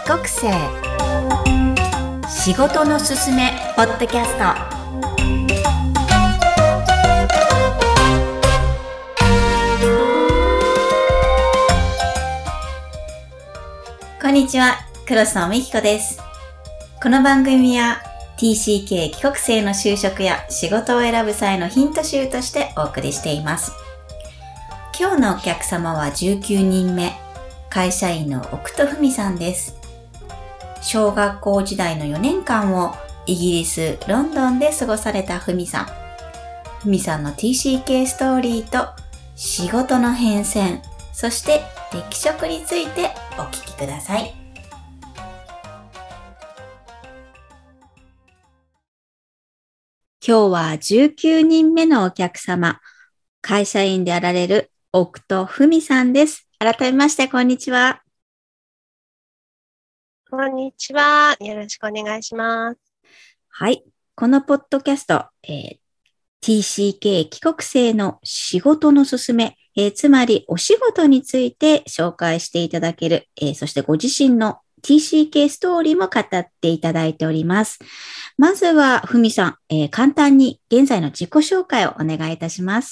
国生仕事のすすめポッドキャスト。こんにちは、黒須美希子です。この番組は TCK 帰国生の就職や仕事を選ぶ際のヒント集としてお送りしています。今日のお客様は19人目、会社員の奥戸文さんです。小学校時代の4年間をイギリス・ロンドンで過ごされた文さん。文さんの TCK ストーリーと仕事の変遷、そして適職についてお聞きください。今日は19人目のお客様、会社員であられる奥戸文さんです。改めましてこんにちは。 こんにちは。よろしくお願いします。 はい。このポッドキャスト、TCK 帰国生の仕事のすすめ、つまりお仕事について紹介していただける、そしてご自身の TCK ストーリーも語っていただいております。まずは、ふみさん、簡単に現在の自己紹介をお願いいたします。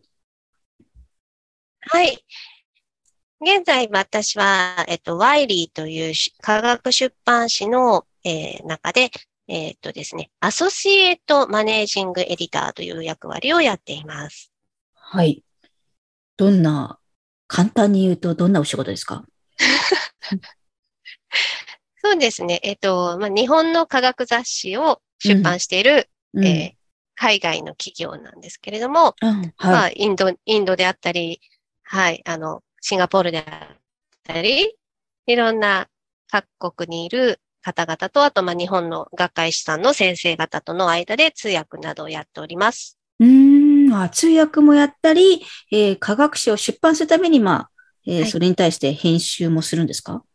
はい。現在、私は、ワイリーという科学出版誌の、中で、ですね、アソシエイトマネージングエディターという役割をやっています。 はい。簡単に言うとどんなお仕事ですか？ そうですね。日本の科学雑誌を出版している、海外の企業なんですけれども、 はい。 インドであったり、はい、シンガポールであったり、いろんな各国にいる方々と、あと、日本の学会誌さんの先生方との間で通訳などをやっております。 通訳もやったり、科学誌を出版するために、はい、それに対して編集もするんですか？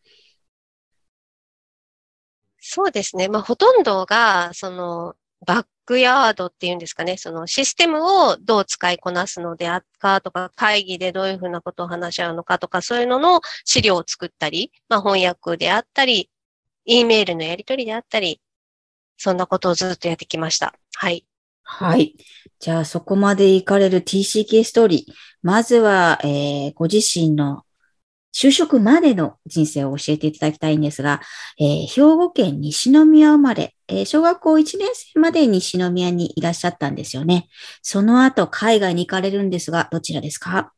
そうですね。ほとんどが、バックヤードっていうんですかね、そのシステムをどう使いこなすのであっかとか、会議でどういうふうなことを話し合うのかとか、そういうのの資料を作ったり、翻訳であったり、E メールのやり取りであったり、そんなことをずっとやってきました。はい。 はい。じゃあ、そこまで行かれる TCK ストーリー。まずは、ご自身の就職までの人生を教えていただきたいんですが、兵庫県西宮生まれ、小学校1年生まで西宮にいらっしゃったんですよね。その後、海外に行かれるんですが、どちらですか？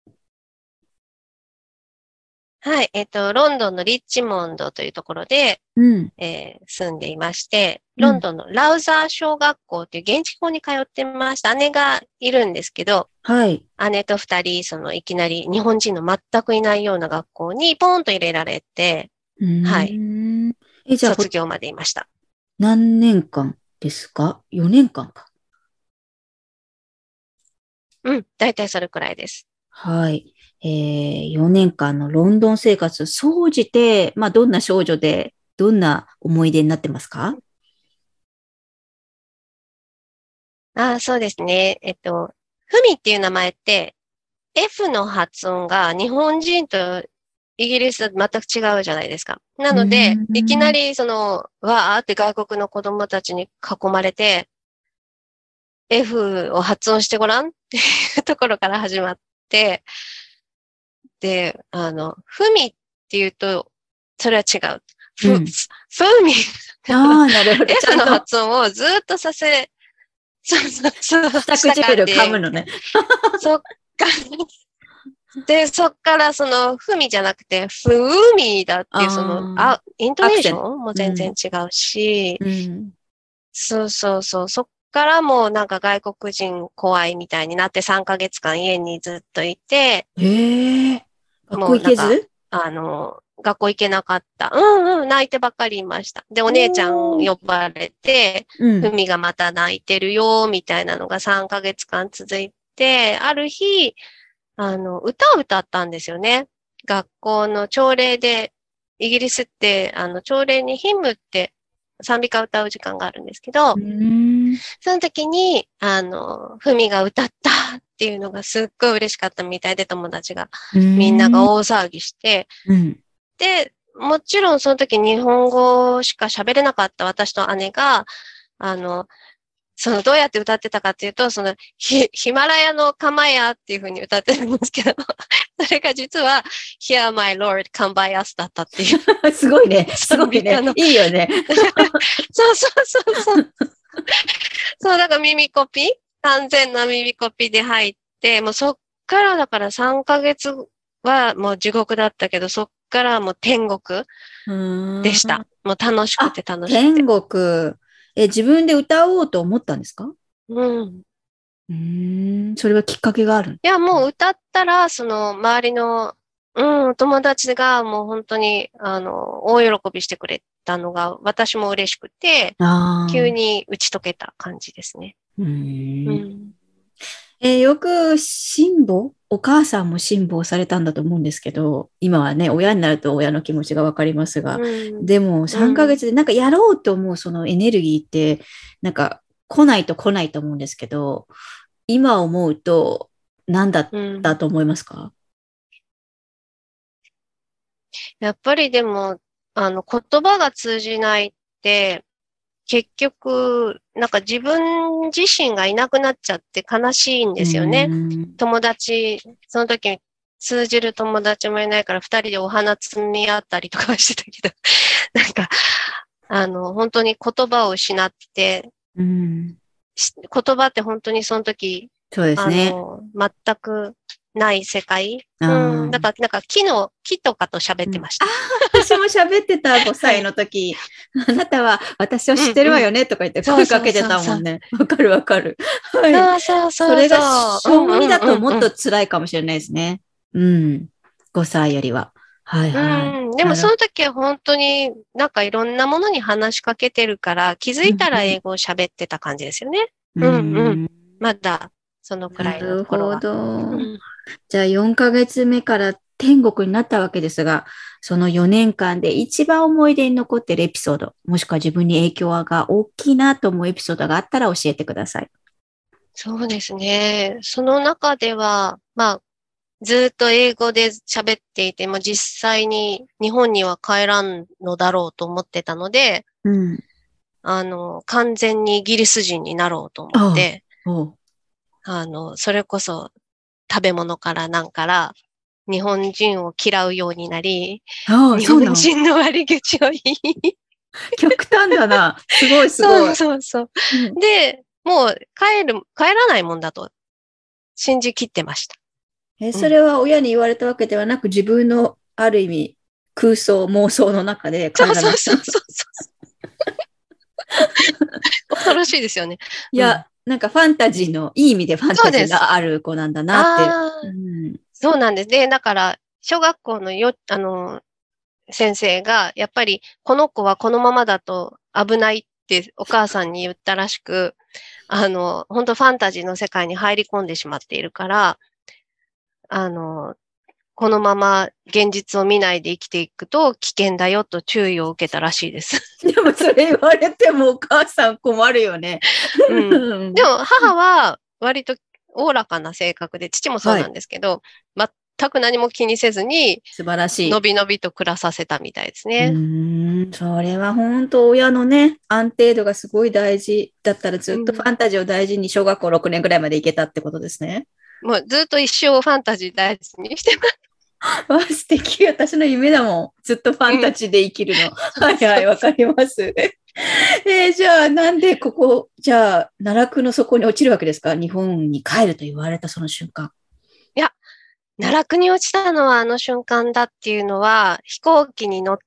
はい。ロンドンのリッチモンドというところで、住んでいまして、ロンドンのラウザー小学校という現地校に通ってました。姉がいるんですけど、 はい。 姉と二人、いきなり日本人の全くいないような学校にポーンと入れられて、はい。 じゃあ、 卒業までいました。 何年間ですか？ 4 年間か。 うん。だいたいそれくらいです。 はい。4年間のロンドン生活、総じて、どんな少女で、どんな思い出になってますか？ そうですね。ふみっていう名前って、F の発音が日本人とイギリスと全く違うじゃないですか。なので、いきなりわーって外国の子供たちに囲まれて、F を発音してごらんっていうところから始まって、で、ふみっていうと、それは違う。ふみ。 なるほど。 F の発音をずっとさせ、 下唇噛むのね。 そっか。で、そっからふみじゃなくて、ふみだっていうイントネーションも全然違うし、そう。そっからもうなんか外国人怖いみたいになって3ヶ月間家にずっといて、 学校行けず？ 学校行けなかった。泣いてばっかりいました。で、お姉ちゃん呼ばれて、ふみがまた泣いてるよ、みたいなのが3ヶ月間続いて、ある日、歌を歌ったんですよね。学校の朝礼で、イギリスって、朝礼にヒンムって賛美歌を歌う時間があるんですけど、その時に、ふみが歌ったっていうのがすっごい嬉しかったみたいで、友達が。みんなが大騒ぎして、で、 もちろんその時日本語しか喋れなかった私と姉が、どうやって歌ってたかっていうと、ヒマラヤの釜屋っていう風に歌ってるんですけど、それが実は、Here my Lord, come by us だったっていう。 すごいね。すごいね。いいよね。 そうそうそうそう。そう、だから耳コピー完全な耳コピーで入って、もうそっからだから3ヶ月はもう地獄だったけど、そっからもう天国でした。もう楽しくて楽しくて。 天国。自分で歌おうと思ったんですか？ うん。 それはきっかけがある？ いや、もう歌ったら、周りの、友達がもう本当に、大喜びしてくれたのが、私も嬉しくて、急に打ち解けた感じですね。 よくお母さんも辛抱されたんだと思うんですけど、今はね、親になると親の気持ちがわかりますが、でも3ヶ月でなんかやろうと思うそのエネルギーって、なんか来ないと思うんですけど、今思うと何だったと思いますか？ やっぱりでも、言葉が通じないって、結局、なんか自分自身がいなくなっちゃって悲しいんですよね。友達、その時通じる友達もいないから二人でお花摘み合ったりとかしてたけど、なんか、本当に言葉を失って、言葉って本当にその時、 そうですね。 全くない世界。だからなんか木とかと喋ってました。 私も喋ってた5歳の時、あなたは私を知ってるわよねとか言って声かけてたもんね。わかるわかる。はい。それが小2だともっと辛いかもしれないですね。5歳よりは。はいはい。 でもその時は本当になんかいろんなものに話しかけてるから気づいたら英語を喋ってた感じですよね。まだそのくらいの頃は。 なるほど。じゃあ4ヶ月目から天国になったわけですが、その4年間で一番思い出に残っているエピソード、もしくは自分に影響が大きいなと思うエピソードがあったら教えてください。 そうですね。その中では、ずっと英語で喋っていて、も実際に日本には帰らんのだろうと思ってたので、完全にイギリス人になろうと思って、それこそ食べ物からなんから日本人を嫌うようになり、日本人の悪口を言い。 極端だな。すごいすごい。 そう。で、もう帰らないもんだと信じきってました。 それは親に言われたわけではなく、自分のある意味空想、妄想の中で帰らなかった。そう。 恐ろしいですよね。 いや、なんかファンタジーの、いい意味でファンタジーがある子なんだなって。 そうなんです。で、だから、小学校の先生が、やっぱり、この子はこのままだと危ないってお母さんに言ったらしく、本当ファンタジーの世界に入り込んでしまっているから、このまま現実を見ないで生きていくと危険だよと注意を受けたらしいです。 でもそれ言われてもお母さん困るよね。 でも母は割とおおらかな性格で、父もそうなんですけど、全く何も気にせずに、 素晴らしい。 のびのびと暮らさせたみたいですね。 それは本当親のね、安定度がすごい大事だったらずっとファンタジーを大事に小学校6年ぐらいまでいけたってことですね。 もうずっと一生ファンタジー大事にしてます。 素敵。私の夢だもん。ずっとファンタジーで生きるの。はい、わかります。じゃあ、なんでじゃあ、奈落の底に落ちるわけですか？日本に帰ると言われたその瞬間。 いや、奈落に落ちたのはあの瞬間だっていうのは、飛行機に乗って、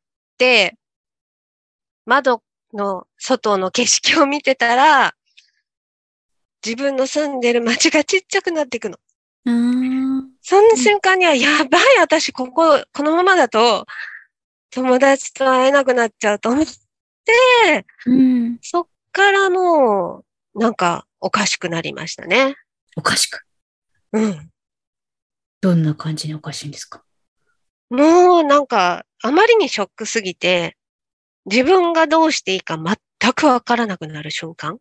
窓の外の景色を見てたら、自分の住んでる街がちっちゃくなっていくの。その瞬間には、やばい、私このままだと、友達と会えなくなっちゃうと思って、そっからもう、なんか、おかしくなりましたね。 おかしく？どんな感じにおかしいんですか？ もうなんか、あまりにショックすぎて、自分がどうしていいか全くわからなくなる瞬間。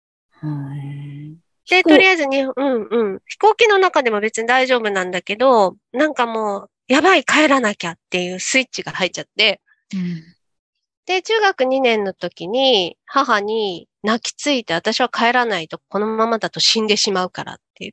で、とりあえず飛行機の中でも別に大丈夫なんだけど、なんかもう、やばい、帰らなきゃっていうスイッチが入っちゃって、 で、中学2年の時に母に泣きついて私は帰らないとこのままだと死んでしまうからって言って。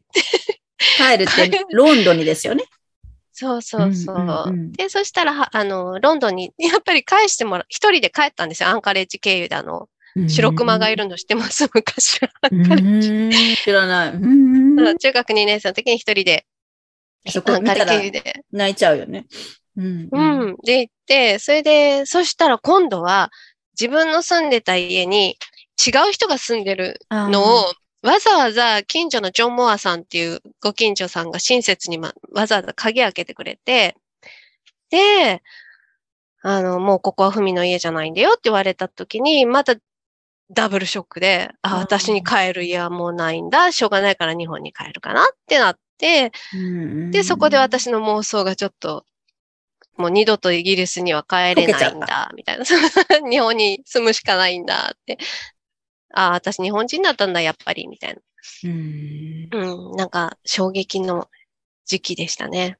帰るってロンドンにですよね。 そうそうそう。で、そしたら、ロンドンにやっぱり返してもらう、一人で帰ったんですよ。アンカレッジ経由で白熊がいるの知ってます？昔はアンカレッジ。 知らない。 中学2年生の時に一人で、アンカレ経由で。 泣いちゃうよね。 で、行って、そしたら今度は自分の住んでた家に違う人が住んでるのを、わざわざ近所のジョン・モアさんっていうご近所さんが親切にわざわざ鍵開けてくれて、で、もうここはふみの家じゃないんだよって言われた時に、またダブルショックで、私に帰る家はもうないんだ、しょうがないから日本に帰るかなってなって、で、そこで私の妄想がちょっと、もう二度とイギリスには帰れないんだ、みたいな。日本に住むしかないんだって。私日本人だったんだ、やっぱり、みたいな。なんか衝撃の時期でしたね。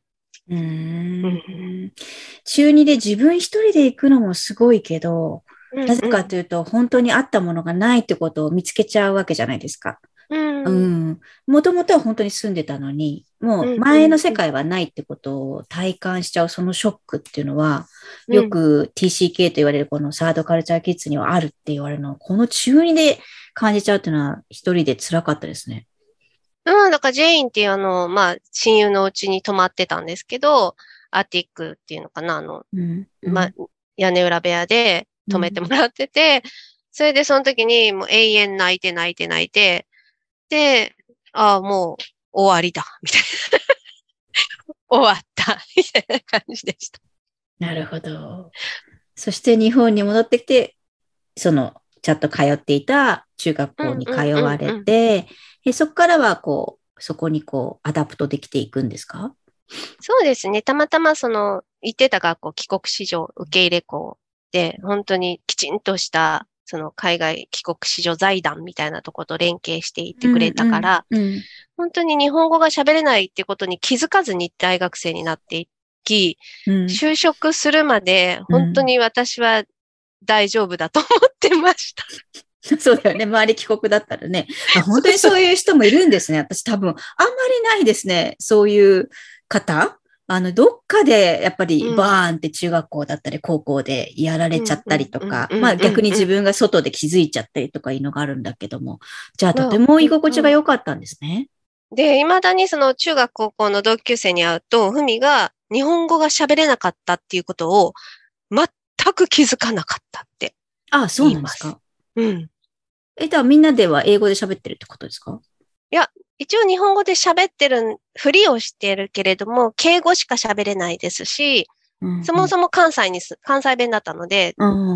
中2で自分一人で行くのもすごいけど、なぜかというと、本当にあったものがないってことを見つけちゃうわけじゃないですか。もともとは本当に住んでたのに、もう前の世界はないってことを体感しちゃうそのショックっていうのは、よく TCK と言われるこのサードカルチャーキッズにはあるって言われるのを、この中2で感じちゃうっていうのは一人で辛かったですね。 だからジェインっていう親友のうちに泊まってたんですけど、アティックっていうのかな、屋根裏部屋で泊めてもらってて、それでその時にもう永遠泣いて、で、もう終わりだ、みたいな。終わった、みたいな感じでした。 なるほど。そして日本に戻ってきて、ちゃんと通っていた中学校に通われて、そこからはそこにアダプトできていくんですか？ そうですね。たまたま行ってた学校、帰国子女受け入れ校で、本当にきちんとした、海外帰国子女財団みたいなところと連携していってくれたから、本当に日本語が喋れないってことに気づかずに大学生になっていき、就職するまで本当に私は大丈夫だと思ってました。 そうだよね。周り帰国だったらね。本当にそういう人もいるんですね。私多分、あんまりないですね。そういう方。どっかでやっぱりバーンって中学校だったり高校でやられちゃったりとか、逆に自分が外で気づいちゃったりとかいうのがあるんだけども。じゃあとても居心地が良かったんですね。 で、未だに中学高校の同級生に会うと、ふみが日本語が喋れなかったっていうことを全く気づかなかったって言います。 そうなんですか。じゃあみんなでは英語で喋ってるってことですか？ いや、一応日本語で喋ってるふりをしてるけれども、敬語しか喋れないですし、そもそも関西弁だったので、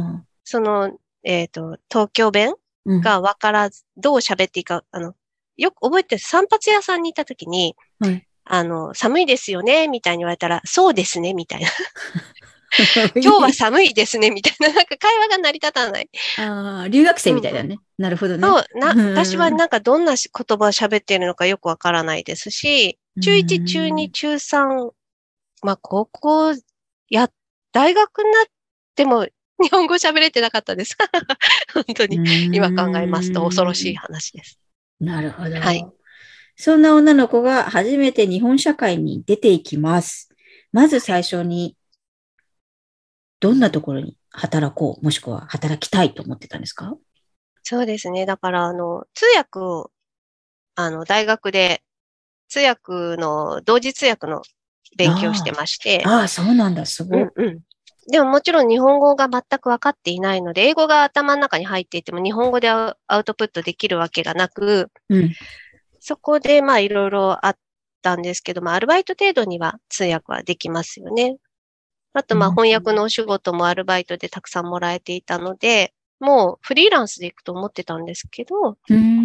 東京弁がわからず、どう喋っていいか、よく覚えてる散髪屋さんに行った時に、寒いですよね、みたいに言われたら、そうですね、みたいな。今日は寒いですね、みたいな、なんか会話が成り立たない。 留学生みたいだね。なるほどね。 そう、私はなんかどんな言葉を喋っているのかよくわからないですし、中1、中2、中3、高校大学になっても日本語喋れてなかったです。本当に、今考えますと恐ろしい話です。 なるほど。はい。そんな女の子が初めて日本社会に出ていきます。まず最初に、どんなところに働こう、もしくは働きたいと思ってたんですか？ そうですね。だから、通訳を、大学で、通訳の、同時通訳の勉強してまして。 そうなんだ、すごい。 でももちろん日本語が全く分かっていないので、英語が頭の中に入っていても日本語でアウトプットできるわけがなく、そこでいろいろあったんですけど、アルバイト程度には通訳はできますよね。あと翻訳のお仕事もアルバイトでたくさんもらえていたので、もうフリーランスで行くと思ってたんですけど、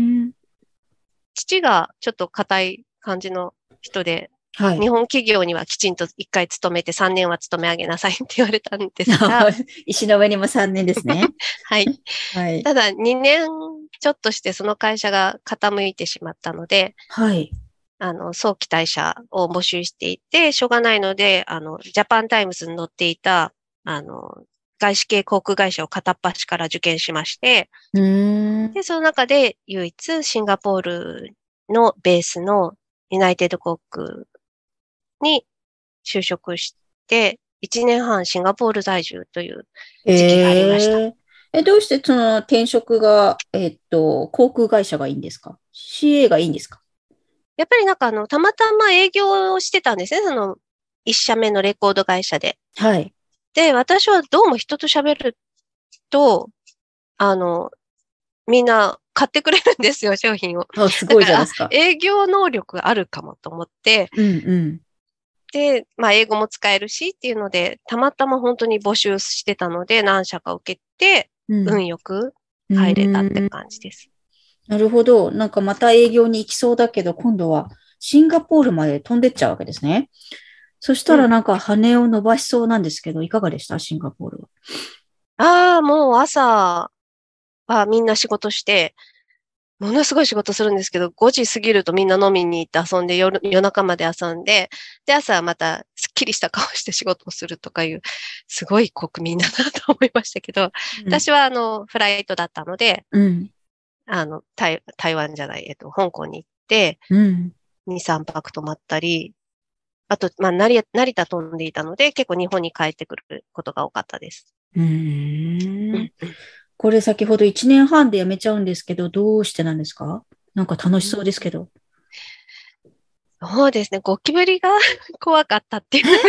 父がちょっと硬い感じの人で、日本企業にはきちんと1回勤めて3年は勤め上げなさいって言われたんですが。 石の上にも3年ですね。 はい。ただ2年ちょっとしてその会社が傾いてしまったので、早期退社を募集していて、しょうがないので、ジャパンタイムズに載っていた、 外資系航空会社を片っ端から受験しまして、で、その中で唯一シンガポールのベースのユナイテッド航空に就職して、1年半シンガポール在住という時期がありました。 どうしてその転職が、航空会社がいいんですか？ CA がいいんですか？ やっぱりなんかたまたま営業をしてたんですね。その、一社目のレコード会社で。 はい。 で、私はどうも人と喋ると、みんな買ってくれるんですよ、商品を。 すだから、 ごいじゃないですか。 営業能力あるかもと思って、で、まあ、英語も使えるしっていうので、たまたま本当に募集してたので、何社か受けて、運よく入れたって感じです。 なるほど。なんかまた営業に行きそうだけど、今度はシンガポールまで飛んでっちゃうわけですね。そしたらなんか羽を伸ばしそうなんですけど、いかがでしたシンガポールは？ ああ、もう朝はみんな仕事して、ものすごい仕事するんですけど、5時過ぎるとみんな飲みに行って遊んで、夜中まで遊んで、で、朝はまたすっきりした顔して仕事をするとかいう、すごい国民だなと思いましたけど、私はフライトだったので、台湾じゃない、香港に行って、2、3泊泊まったり、あと、まあ、成田飛んでいたので、結構日本に帰ってくることが多かったです。 これ先ほど1年半で辞めちゃうんですけど、どうしてなんですか？なんか楽しそうですけど。 そうですね、ゴキブリが怖かったっていうのが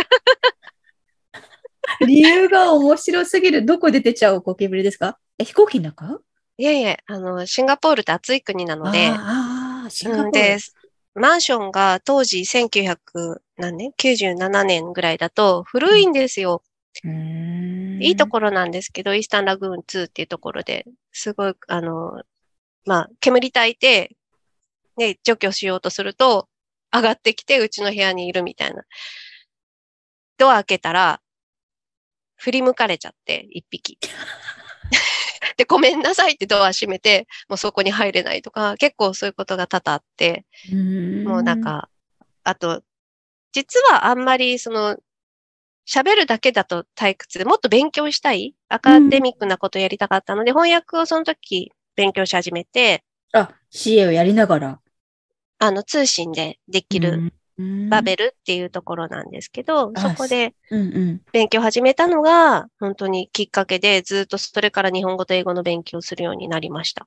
理由が面白すぎる。どこで出ちゃうゴキブリですか？飛行機の中？ いえいえ、シンガポールって暑い国なので、 シンガポーで、 ル。 マンションが当時1900何年 ?97 年ぐらいだと古いんですよ。いいところなんですけど、イースタンラグーン2っていうところで、すごい、まあ、煙焚いて、ね、除去しようとすると、上がってきて、うちの部屋にいるみたいな。ドア開けたら、振り向かれちゃって、一匹。で、ごめんなさいってドア閉めて、もうそこに入れないとか、結構そういうことが多々あって、もうなんか、あと、実はあんまり喋るだけだと退屈で、もっと勉強したい、アカデミックなことをやりたかったので、翻訳をその時勉強し始めて、 CA をやりながら。 通信でできるバベルっていうところなんですけど、そこで勉強始めたのが本当にきっかけで、ずっとそれから日本語と英語の勉強をするようになりました。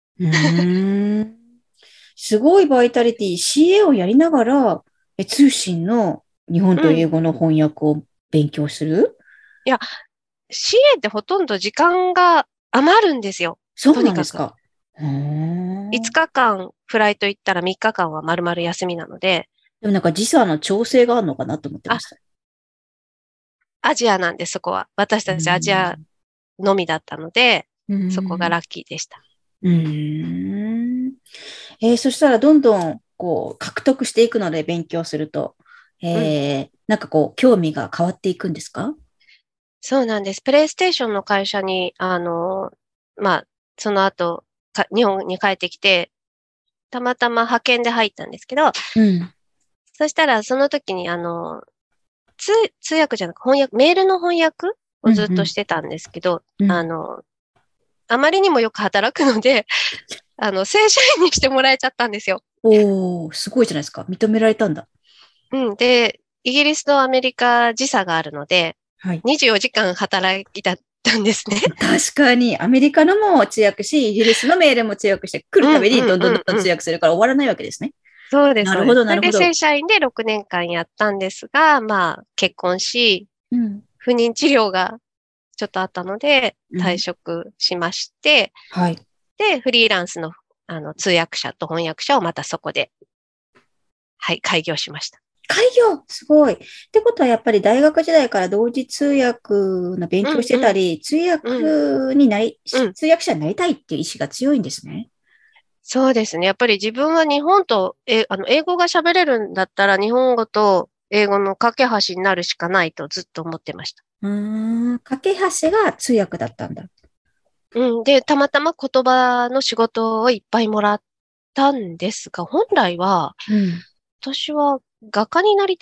すごいバイタリティ。CA をやりながら、通信の日本と英語の翻訳を勉強する？ いや、CA ってほとんど時間が余るんですよ。 そうなんですか。 5日間フライト行ったら3日間は丸々休みなので。 でもなんか時差の調整があるのかなと思ってました。 アジアなんでそこは。私たちアジアのみだったので、そこがラッキーでした。 そしたらどんどんこう獲得していくので勉強すると、なんかこう興味が変わっていくんですか？ そうなんです。プレイステーションの会社に、まあ、その後日本に帰ってきて、たまたま派遣で入ったんですけど、そしたらその時に通訳じゃなく翻訳、メールの翻訳をずっとしてたんですけど、あまりにもよく働くので、正社員にしてもらえちゃったんですよ。 すごいじゃないですか。認められたんだ。 で、イギリスとアメリカ時差があるので、24時間働いたんですね。 確かに、アメリカのも通訳し、イギリスのメールも通訳して、来るたびにどんどん通訳するから終わらないわけですね。 そうです。 なるほど、なるほど。 それで正社員で6年間やったんですが、まあ、結婚し、不妊治療がちょっとあったので、退職しまして、で、フリーランスの、通訳者と翻訳者をまたそこで、開業しました。 開業すごい。ってことはやっぱり大学時代から同時通訳の勉強してたり、通訳者になりたいっていう意志が強いんですね。 そうですね。やっぱり自分は日本と、英語が喋れるんだったら日本語と英語の架け橋になるしかないとずっと思ってました。 架け橋が通訳だったんだ。 で、たまたま言葉の仕事をいっぱいもらったんですが、本来は、私は画家になりたかっ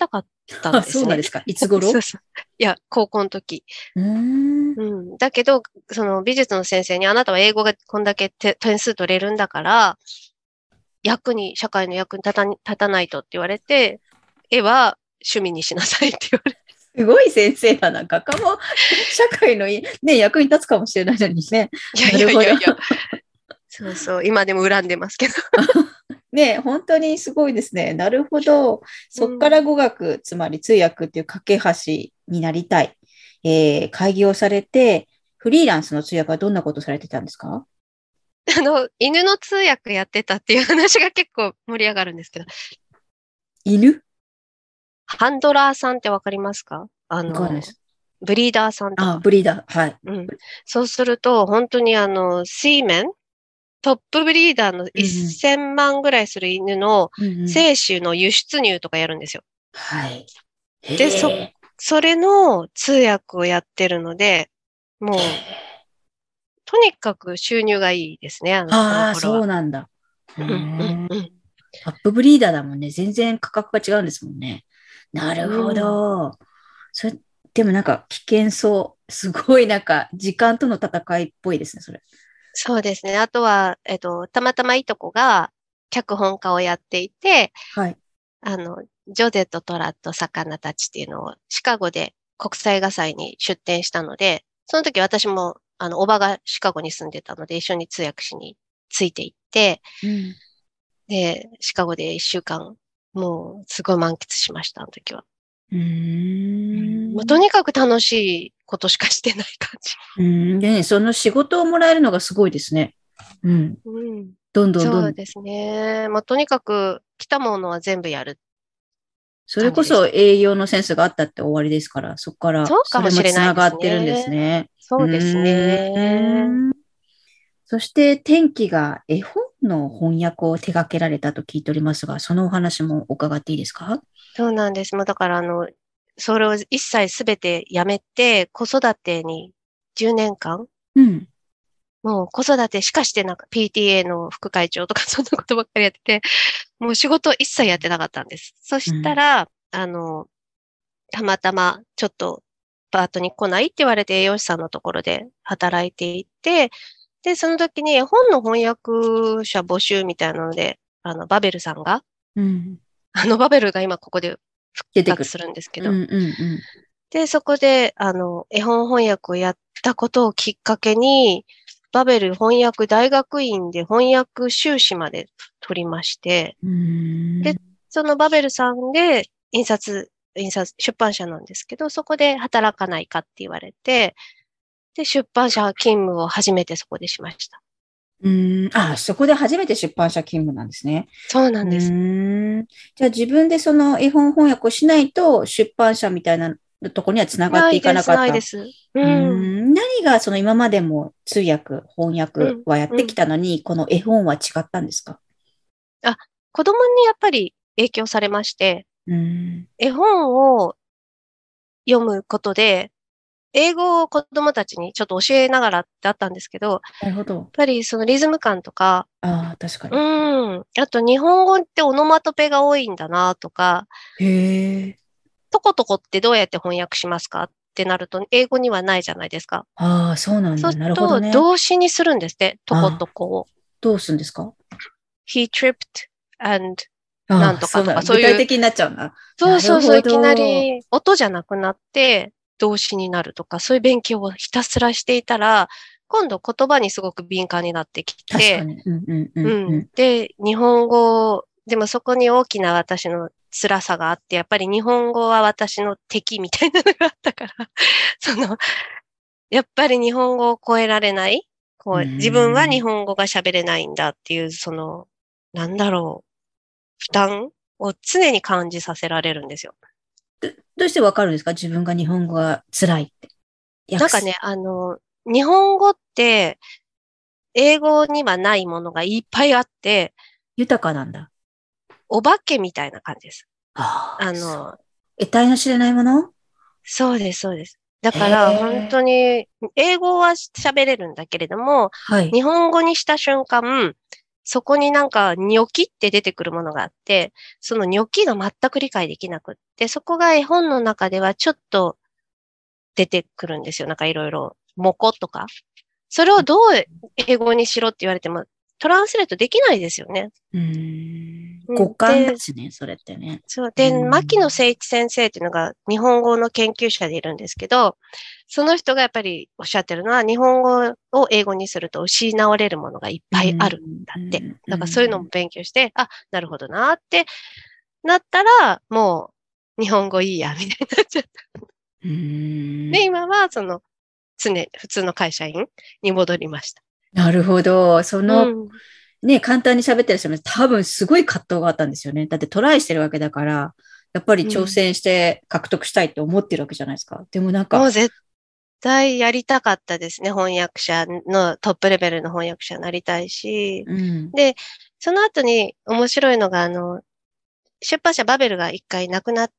たあ、 んですね。 そうなんですか。いつ頃？ そうそう。いや、高校の時。 うーん。 うん。だけど、その美術の先生にあなたは英語がこんだけ点数取れるんだから、社会の役に立たないとって言われて、絵は趣味にしなさいって言われて。 すごい先生だな。画家も社会のね、役に立つかもしれないのにね。 いやいなるほど。 やいやいや。そうそう。今でも恨んでますけど。 ね、本当にすごいですね。なるほど。 うん。 そこから語学、つまり通訳っていう架け橋になりたい。開業されて、フリーランスの通訳はどんなことされてたんですか？ 犬の通訳やってたっていう話が結構盛り上がるんですけど、 犬？ ハンドラーさんってわかりますか？ わかんないです。 ブリーダーさんとあ、 か。 ブリーダー。はい。 うん。そうすると、本当にシーメン、トップブリーダーのうんうん。 1000万ぐらいする犬のうんうん。 精子の輸出入とかやるんですよ。 はい。 で、 へえ。 それの通訳をやってるので、もう、とにかく収入がいいですね、そのああ、 頃は。 そうなんだ。へうんうんえ。 うん。 トップブリーダーだもんね。全然価格が違うんですもんね。なるほうん。 ど。それ、でもなんか危険そう。すごいなんか時間との戦いっぽいですね、それ。 そうですね。あとは、たまたまいとこが脚本家をやっていて、 はい。 ジョゼとトラと魚たちっていうのをシカゴで国際画祭に出展したので、その時私も、おばがシカゴに住んでたので一緒に通訳しについて行って、 うん。 で、シカゴで一週間、もうすごい満喫しました、あの時は。 ううん、もうーん。 とにかく楽しいことしかしてない感じ。 うーん。でね、その仕事をもらえるのがすごいですね。うん。 うん。 どんどんどん。 そうですね。まあ、とにかく来たものは全部やるそれこそ感じでした。 営業のセンスがあったって終わりですから、そこからそうかもそれもつしれないですながってるんですね。 ね。うそうですね。 ーん。そして転機が絵本の翻訳を手掛けられたと聞いておりますが、そのお話も伺っていいですか？ そうなんです。もうだからそれを一切すべてやめて、子育てに10年間、 うん。 もう子育てしかしてなんか PTA の副会長とかそんなことばっかりやってて、もう仕事一切やってなかったんです。そうん。 したら、たまたまちょっとパートに来ないって言われて栄養士さんのところで働いていて、で、その時に本の翻訳者募集みたいなので、バベルさんが、 うん。 バベルが今ここで復出てくる。 活するんですけど、 うんうんうん。 で、そこで、絵本翻訳をやったことをきっかけに、バベル翻訳大学院で翻訳修士まで取りまして、 うーで、 ん。 そのバベルさんで出版社なんですけど、そこで働かないかって言われて、で、出版社勤務を初めてそこでしました。 うーん。あ、そこで初めて出版社勤務なんですね。うそうなんです。 ーん。じゃあ自分でその絵本翻訳をしないと出版社みたいなとこにはつながっていかないです、 なかった。 ないです。ううーん、 ん。何がその今までも通訳、翻訳うん、 はやってきうん。 たのに、この絵本は違ったんですか？ あ、子供にやっぱり影響されまして、 うーん。 絵本を読むことで、英語を子供たちにちょっと教えながらってあったんですけど、やっなるほど。 ぱりそのリズム感とか、 ああ、確かうに。 ん、あと日本語ってオノマトペが多いんだなとか、 へえ。 トコトコってどうやって翻訳しますかってなると、英語にはないじゃないですか。 ああ、そうなんだ。 そうするなるほどと、 ね。 動詞にするんですって、トコああ、 トコを。 どうするんですか？ he tripped and なんああ、 とかとか、 そうなの。 そういう、 具体的になっちゃうな。 そうそうそう、 なるほいきなど。 り音じゃなくなって動詞になるとか、そういう勉強をひたすらしていたら、今度言葉にすごく敏感になってきて、 確かに。うんうんううん。 んうん。 で、日本語、でもそこに大きな私の辛さがあって、やっぱり日本語は私の敵みたいなのがあったから、その、やっぱり日本語を超えられない、 うー自分は日ん。 本語が喋れないんだっていう、なんだろう、負担を常に感じさせられるんですよ。 どうしてわかるんですか？自分が日本語が辛いって。訳す。 なんかね、日本語って英語にはないものがいっぱいあって、 豊かなんだ。 お化けみたいな感じです。 ああ、そう。 あの、 得体の知れないもの？ そうです、そうです。だへから本え。 当に英語は喋れるんだけれども、 はい。 日本語にした瞬間、 そこになんかニョキって出てくるものがあって、そのニョキが全く理解できなくって、そこが絵本の中ではちょっと出てくるんですよ。なんかいろいろ、モコとか。それをどう英語にしろって言われても、トランスレートできないですよね。 五感ですね、それってね。 そう。で、牧野誠一先生っていうのが日本語の研究者でいるんですけど、その人がやっぱりおっしゃってるのは、日本語を英語にすると失われるものがいっぱいあるんだって。だからそういうのも勉強して、あ、なるほどなってなったら、もう日本語いいや、みたいになっちゃった。で、今は普通の会社員に戻りました。 なるほど。ね、簡単に喋ってる人も多分すごい葛藤があったんですよね。だってトライしてるわけだから、やっぱり挑戦して獲得したいって思ってるわけじゃないですか。でもなんか。 もう絶対やりたかったですね。翻訳者のトップレベルの翻訳者になりたいし。で、その後に面白いのが、出版社バベルが一回亡くなって、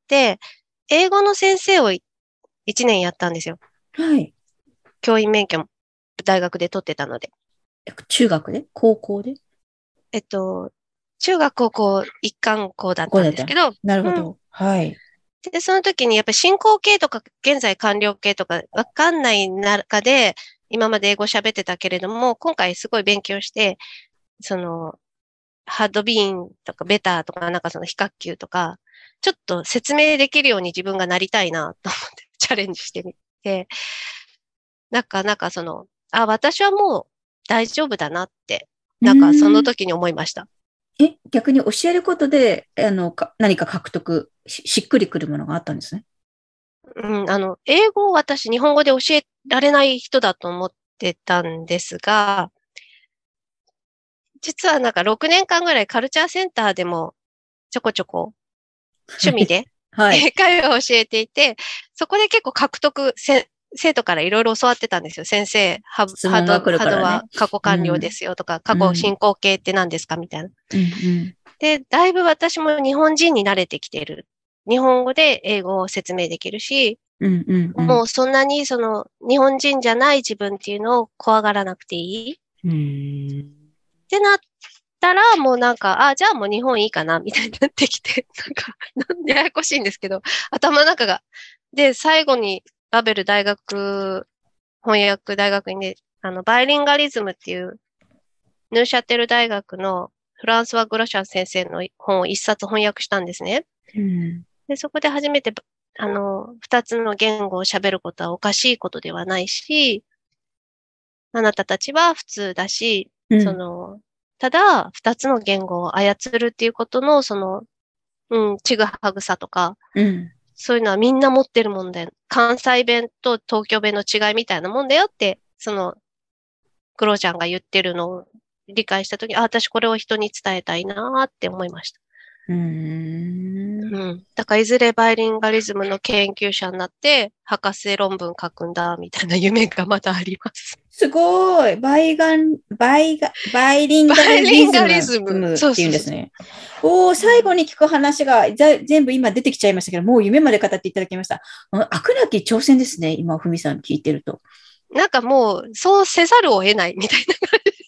英語の先生を一年やったんですよ。 はい。 教員免許も大学で取ってたので。 中学で高校で中学高校一貫校だったんですけど。 なるほど。はい。 で、その時にやっぱり進行形とか現在完了形とかわかんない中で、今まで英語喋ってたけれども、今回すごい勉強して、ハッドビーンとかベターとか、なんかその非角球とか、ちょっと説明できるように自分がなりたいなと思ってチャレンジしてみて、私はもう大丈夫だなって、その時に思いました。 逆に教えることで、何か獲得しっくりくるものがあったんですね。 英語を私、日本語で教えられない人だと思ってたんですが、実は6年間ぐらいカルチャーセンターでもちょこちょこ趣味で英会話を教えていて、そこで結構生徒からいろいろ教わってたんですよ。先生、ハドは過去完了ですよとか、過去進行形って何ですかみたいな。で、だいぶ私も日本人に慣れてきている。日本語で英語を説明できるし、もうそんなに日本人じゃない自分っていうのを怖がらなくていい。ってなったら、もうじゃあもう日本いいかなみたいになってきて、ややこしいんですけど、頭の中が。で、最後にバベル翻訳大学にね、バイリンガリズムっていう、ヌーシャテル大学のフランスワ・グロシャン先生の本を一冊翻訳したんですね。で、そこで初めて、二つの言語を喋ることはおかしいことではないし、あなたたちは普通だし、ただ、二つの言語を操るっていうことの、ちぐはぐさとか、そういうのはみんな持ってるもんだよ。関西弁と東京弁の違いみたいなもんだよって、クロちゃんが言ってるのを理解したとき、私これを人に伝えたいなって思いました。だからいずれバイリンガリズムの研究者になって、博士論文書くんだ、みたいな夢がまたあります。 すごい。バイリンガリズムっていうんですね。最後に聞く話が全部今出てきちゃいましたけど、もう夢まで語っていただきました。飽くなき挑戦ですね。今、ふみさん聞いてると。 もう、そうせざるを得ないみたいな感じ。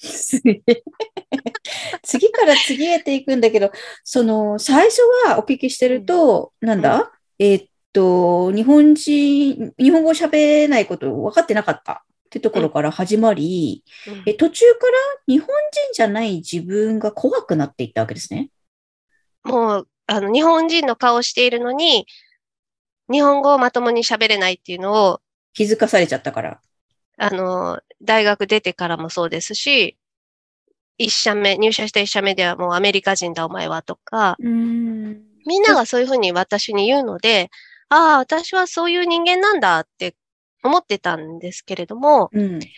次から次へていくんだけど、最初はお聞きしてると、日本語を喋れないこと分かってなかったってところから始まり、途中から日本人じゃない自分が怖くなっていったわけですね。 もう、日本人の顔しているのに、日本語をまともに喋れないっていうのを気づかされちゃったから。 大学出てからもそうですし、入社した一社目ではもうアメリカ人だお前はとか、みんながそういうふうに私に言うので、私はそういう人間なんだって思ってたんですけれども、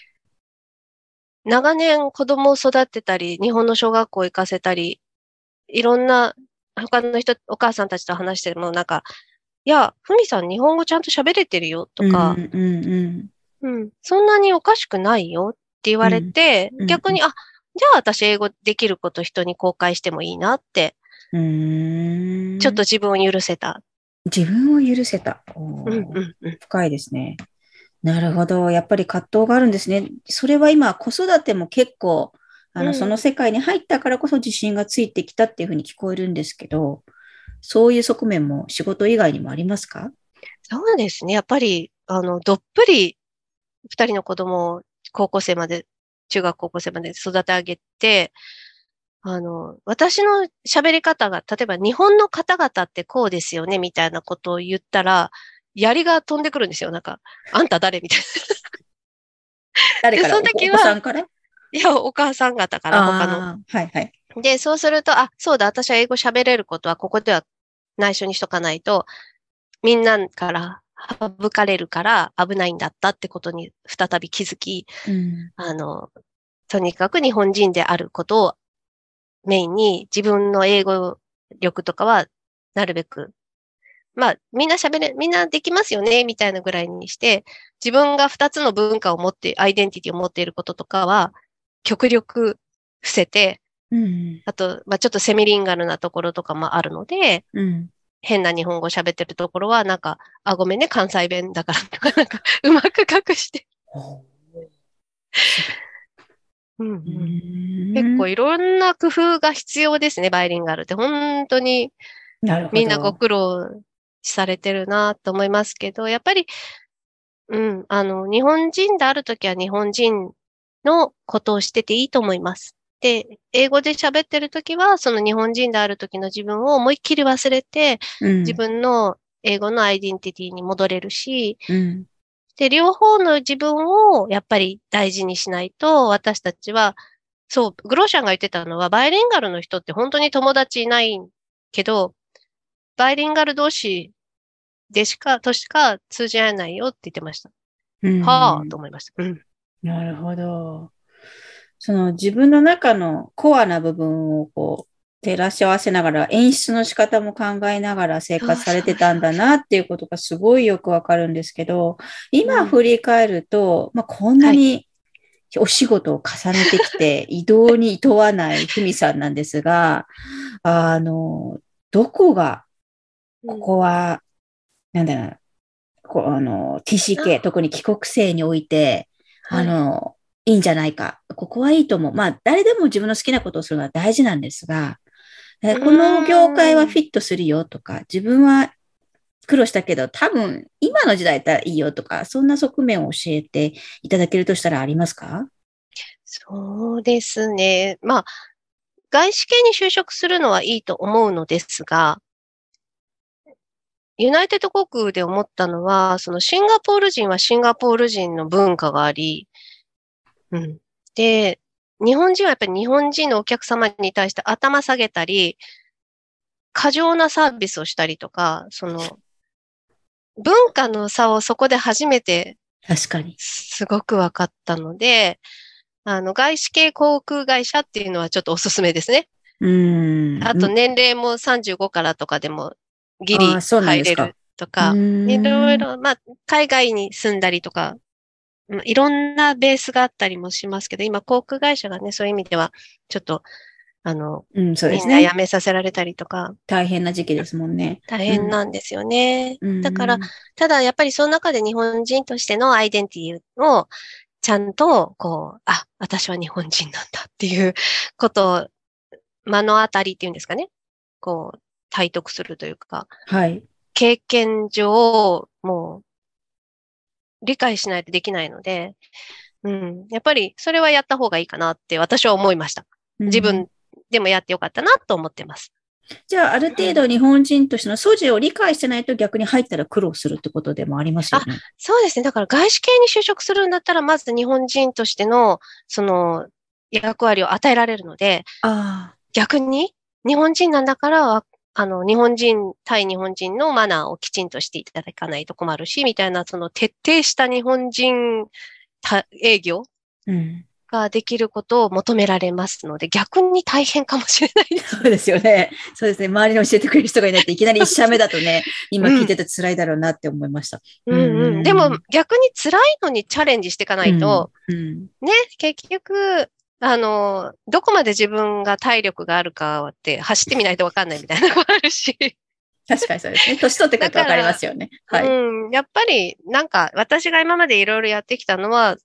長年子供を育てたり、日本の小学校行かせたり、いろんな他のお母さんたちと話してもいや、ふみさん日本語ちゃんと喋れてるよとか、そんなにおかしくないよって言われて、逆に、じゃあ私英語できること人に公開してもいいなって、ちょっと自分を許せた。 自分を許せた。深いですね。なるほど。やっぱり葛藤があるんですね。それは今、子育ても結構、 その世界に入ったからこそ自信がついてきたっていうふうに聞こえるんですけど、そういう側面も仕事以外にもありますか？ そうですね。やっぱり、どっぷり二人の子供を高校生まで、中学高校生まで育て上げて、私の喋り方が、例えば日本の方々ってこうですよね、みたいなことを言ったら、槍が飛んでくるんですよ。なんか、あんた誰みたいな。で、その誰からお子さ時は、 んから？ いや、お母さん方から他の。 ああ、はいはい。 で、そうすると、あ、そうだ、私は英語喋れることはここでは内緒にしとかないと、みんなから省かれるから危ないんだったってことに再び気づき、 うん。 あの、とにかく日本人であることをメインに自分の英語力とかはなるべく、まあ、みんなできますよね、みたいなぐらいにして、自分が二つの文化を持って、アイデンティティを持っていることとかは、極力伏せて、 うん。 あと、まあ、ちょっとセミリンガルなところとかもあるので、 うん。 変な日本語喋ってるところは、なんか、あ、ごめんね、関西弁だからとか、なんか、うまく隠して。 ほう、すごい。 うんううん。結ーん。 構いろんな工夫が必要ですね、バイリンガルって。本当になるほみんなごど。 苦労されてるなと思いますけど、やっぱり、うん、日本人であるときは日本人のことをしてていいと思います。で、英語で喋ってるときは、その日本人であるときの自分を思いっきり忘れて、自うん。 分の英語のアイデンティティに戻れるし、 うん。 で、両方の自分をやっぱり大事にしないと、私たちは、そう、グローシャンが言ってたのは、バイリンガルの人って本当に友達いないけど、バイリンガル同士としか通じ合えないよって言ってました。 うはあ、とん。 思いました。うん。 なるほど。その自分の中のコアな部分をこう、照らし合わせながら、演出の仕方も考えながら生そう活されてそうそうたんだなっていうことがすごいよくわかるんですけど、 そう。うん。 今振り返ると、こんなはい。 にお仕事を重ねてきて、移動に厭わないふみさんなんですが、あの、どこが、こうん。 こは、なんだろうな、TCK、特に帰国生において、あはい。 の、いいんじゃないか。ここはいいと思う。誰でも自分の好きなことをするのは大事なんですが、 うこの業界はーん。 フィットするよとか、自分は苦労したけど、多分今の時代だったらいいよとか、そんな側面を教えていただけるとしたらありますか？ そうですね。まあ、外資系に就職するのはいいと思うのですが、ユナイテッド航空で思ったのは、そのシンガポール人はシンガポール人の文化があり、うん。で、日本人はやっぱり日本人のお客様に対して頭下げたり、過剰なサービスをしたりとか、その文化の差をそこで初めて確かに。 すごく分かったので、外資系航空会社っていうのはちょっとおすすめですね。 うーあとん。 年齢も35からとかでもギああ、 リそうなんですか。 入れるとうか、いろいーん。 ろ、まあ、海外に住んだりとか、いろんなベースがあったりもしますけど、今航空会社がね、そういう意味では、ちょっと、あの、 うん、そうでみんな辞すね。 めさせられたりとか、 大変な時期ですもんね。 大変うん。 なんですよね。 うだから、 ん。 ただやっぱりその中で日本人としてのアイデンティティをちゃんと、こう、あ、私は日本人なんだっていうことを目の当たりっていうんですかね。こう、体得するというか、 はい。 経験上、もう理解しないとできないので、うん。やっぱりそれはやった方がいいかなって私は思いました。 うん。 自分でもやってよかったなと思ってます。 じゃあ、ある程度日本人としての素地を理解してないと逆に入ったら苦労するってことでもありますよあ、 ね。 そうですね。だから外資系に就職するんだったら、まず日本人としての、その、役割を与えられるので、 ああ。 逆に、日本人なんだから、対日本人のマナーをきちんとしていただかないと困るし、みたいな、その徹底した日本人営業うん。 ができることを求められますので、逆に大変かもしれないです。 そうですよね。そうですね。周りに教えてくれる人がいないといきなり一社目だとね、今聞いうん。 てて辛いだろうなって思いました。ううんうん。でもん。 逆に辛いのにチャレンジしていかなうん。 いと、 うん。 ね、結局、どこまで自分が体力があるかって走ってみないとわかんないみたいなのもあるし。 確かにそうですね。年取ってくるとわかりまだから、 すよね。はい。 うん、やっぱり、なんか、私が今までいろいろやってきたのは、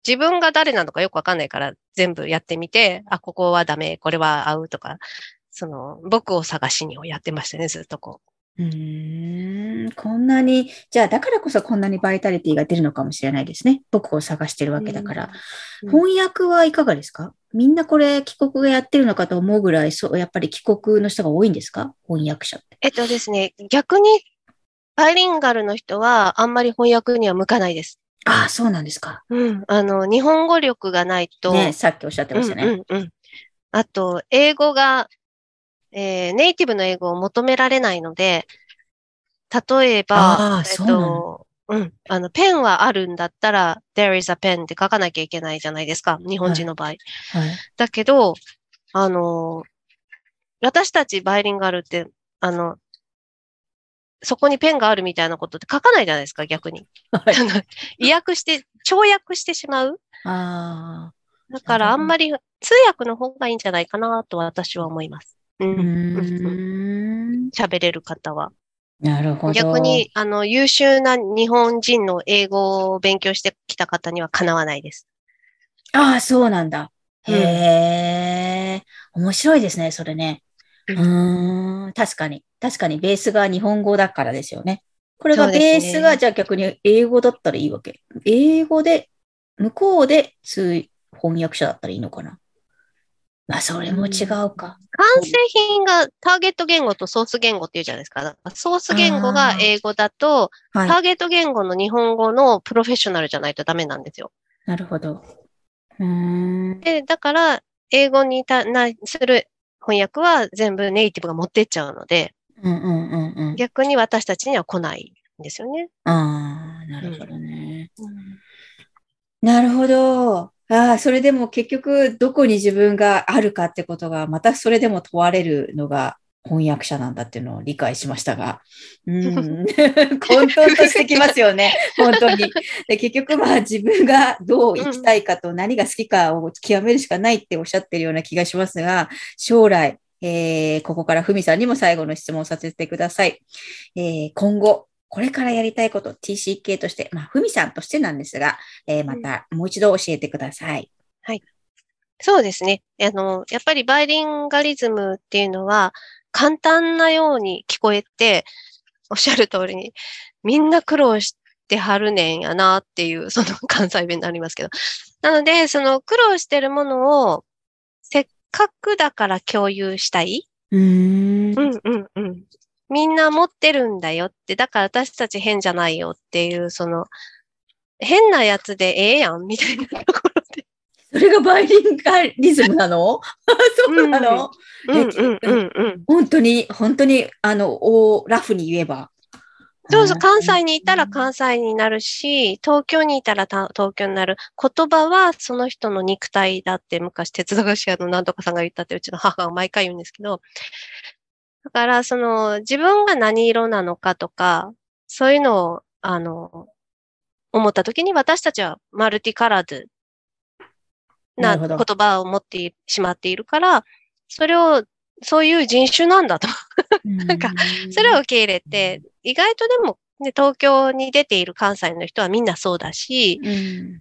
自分が誰なのかよくわかんないから全部やってみて、あ、ここはダメ、これは合うとか、僕を探しにをやってましたね、ずっとここんなに、じゃあだからこそこんなにバイタリティが出るのかもしれないですね。僕を探してるう。 わけだから。 うん。 翻訳はいかがですか？みんなこれ帰国がやってるのかと思うぐらい、そう、やっぱり帰国の人が多いんですか？翻訳者って。 ですね、逆にバイリンガルの人はあんまり翻訳には向かないです。 ああ、そうなんですか。 うん。日本語力がないね、 と、 さっきおっしゃってうんましたね。 うんうん。あと、英語が、ネイティブの英語を求められないので、例えば、 ああ、そうなの。 ペンはあるんだったら、there is a pen って書かなきゃいけないじゃないですか。日本はい。 人の場合。 はい。 だけど、あの、私たちバイリンガルって、あの、そこにペンがあるみたいなことって書かないじゃないですか、逆に。 はい。 跳躍してしまう。 ああ、 だからなるほど。 あんまり通訳の方がいいんじゃないかなと私は思います。ううーん、うん、うん。 ん。 喋れる方は。 なるほど。 逆に、優秀な日本人の英語を勉強してきた方にはかなわないです。 ああ、そうなんだ。へうん。 え、面白いですね、それね。 うん。 確かに。確かに、ベースが日本語だからですよね。これがそうですベースが、 ね。 じゃあ逆に英語だったらいいわけ。英語で、向こうで翻訳者だったらいいのかな。まあ、それも違うん。 うか。 完成品がターゲット言語とソース言語っていうじゃないですか。だからソース言語があ英語だと、 あ、はい。 ターゲット言語の日本語のプロフェッショナルじゃないとダメなんですよ。 なるほど。うーん。 で、だから、英語にする翻訳は全部ネイティブが持ってっちゃうので、 うんうんうんうん。 逆に私たちには来ないんですよね。 ああ、なうん。 るほどね。 うん。 なるほど。ああ、それでも結局どこに自分があるかってことが、またそれでも問われるのが翻訳者なんだっていうのを理解しましたが。うん。混沌としてきますよね。本当に。で、結局まあ自分がどう生きうん。 たいかと何が好きかを極めるしかないっておっしゃってるような気がしますが、将来、ここからふみさんにも最後の質問をさせてください。今後、これからやりたいこと、TCK として、まあ、ふみさんとしてなんですが、まうん。 たもう一度教えてください。 はい。そうですね。やっぱりバイリンガリズムっていうのは簡単なように聞こえて、おっしゃる通りに、みんな苦労してはるねんやなっていう、その関西弁になりますけど。なので、その苦労してるものをせっかくだから共有したい。 うーん。 うんうんうん。みんな持ってるんだよって、だから私たち変じゃないよっていう、変なやつでええやんみたいなところで。 それがバイリンガリズムなの？そうなうん。うんの？え、 うんうんうん。 本当に、本当に、ラフに言えば。 そうそう、 うん関西にいたら関西になるし、東京にいたら東京になる。言葉はその人の肉体だって昔哲学者のなんとかさんが言ったってうちの母が毎回言うんですけど、だから自分が何色なのかとか、そういうのを、思った時に私たちはマルティカラーズな言なるほど。 葉を持ってしまっているから、それを、そういう人種なんだと。 うなんか、それをん。 受け入れて、意外とでも、ね、東京に出ている関西の人はみんなそうだし、 うん。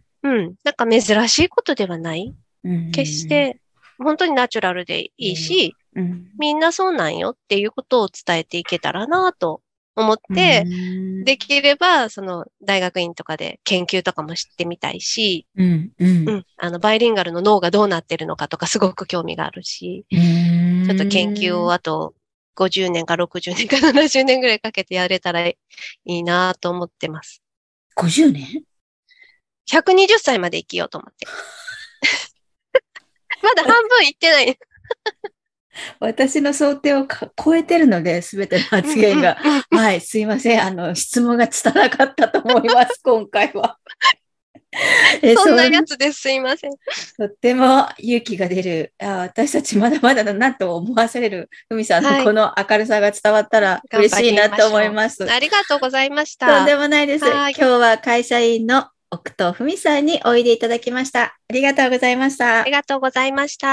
うん、なんか珍しいことではない。 うん。 決して、本当にナチュラルでいいし、 うん。 みんなそうなんよっていうことを伝えていけたらなと思っうて、 ん。 できれば、大学院とかで研究とかもしてみたいし、 うん。うん。 バイリンガルの脳がどうなってるのかとかすごく興味があるし、 うちょっと研究をん。 あと50年か60年か70年ぐらいかけてやれたらいいなと思ってます。 50年？ 120歳まで生きようと思って。まだ半分いってない。 私の想定を超えてるので、すべてのうんうん発言が。 うん。 はい、すいません。質問が拙なかったと思います、今回は。 そんなやそう、 つです。すいません。 とっても勇気が出る、私たちまだまだだなと思わされる、ふみさんのはい。 この明るさが伝わったら嬉しい頑張りなと思いましょう。 ます。 ありがとうございました。 とんでもないです。 はい。 今日は会社員の奥藤ふみさんにおいでいただきました。ありがとうございましありた。 がとうございました。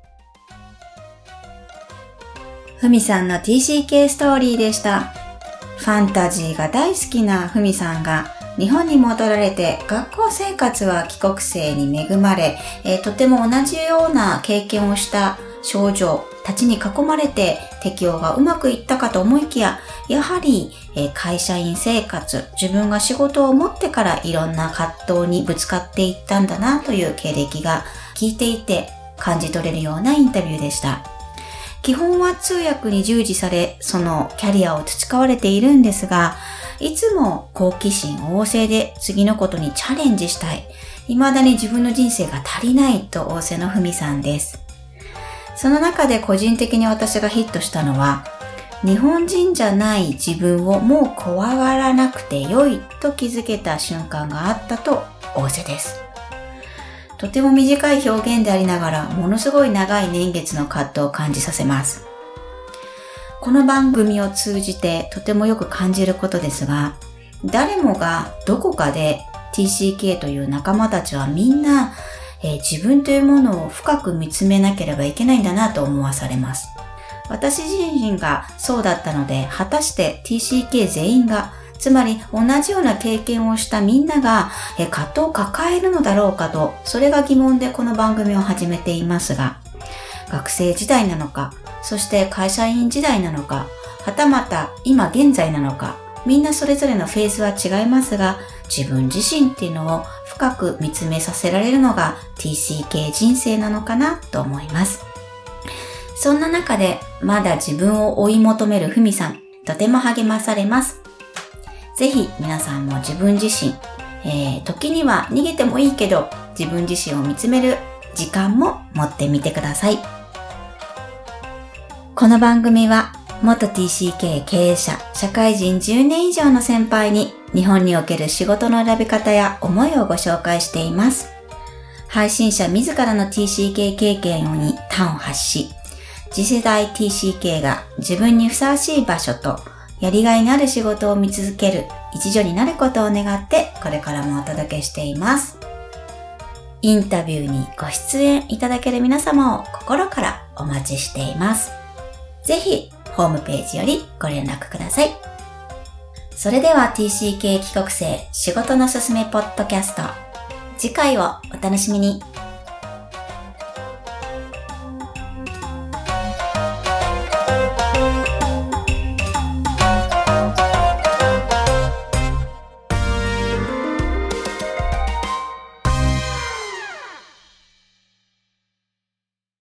ふみさんの TCK ストーリーでした。 ファンタジーが大好きなふみさんが日本に戻られて学校生活は帰国生に恵まれ、とても同じような経験をした少女たちに囲まれて適応がうまくいったかと思いきや、やはり会社員生活、自分が仕事を持ってからいろんな葛藤にぶつかっていったんだなという経歴が聞いていて感じ取れるようなインタビューでした。基本は通訳に従事され、そのキャリアを培われているんですが、いつも好奇心旺盛で次のことにチャレンジしたい。未だに自分の人生が足りないと仰せのふみさんです。その中で個人的に私がヒットしたのは、日本人じゃない自分をもう怖がらなくて良いと気づけた瞬間があったと仰せです。とても短い表現でありながら、ものすごい長い年月の葛藤を感じさせます。この番組を通じてとてもよく感じることですが、誰もがどこかで TCK という仲間たちはみんな、自分というものを深く見つめなければいけないんだなと思わされます。私自身がそうだったので、果たして TCK 全員が、つまり同じような経験をしたみんなが葛藤を抱えるのだろうかと、それが疑問でこの番組を始めていますが、学生時代なのか、そして会社員時代なのか、はたまた今現在なのか、みんなそれぞれのフェーズは違いますが、自分自身っていうのを深く見つめさせられるのが TCK 人生なのかなと思います。そんな中でまだ自分を追い求めるふみさん、とても励まされます。ぜひ皆さんも自分自身、時には逃げてもいいけど自分自身を見つめる時間も持ってみてください。この番組は元 TCK 経営者、社会人10年以上の先輩に日本における仕事の選び方や思いをご紹介しています。配信者自らの TCK 経験に端を発し、次世代 TCK が自分にふさわしい場所とやりがいのある仕事を見続ける一助になることを願ってこれからもお届けしています。インタビューにご出演いただける皆様を心からお待ちしています。ぜひホームページよりご連絡ください。それでは TCK 帰国生仕事のすすめポッドキャスト、次回をお楽しみに。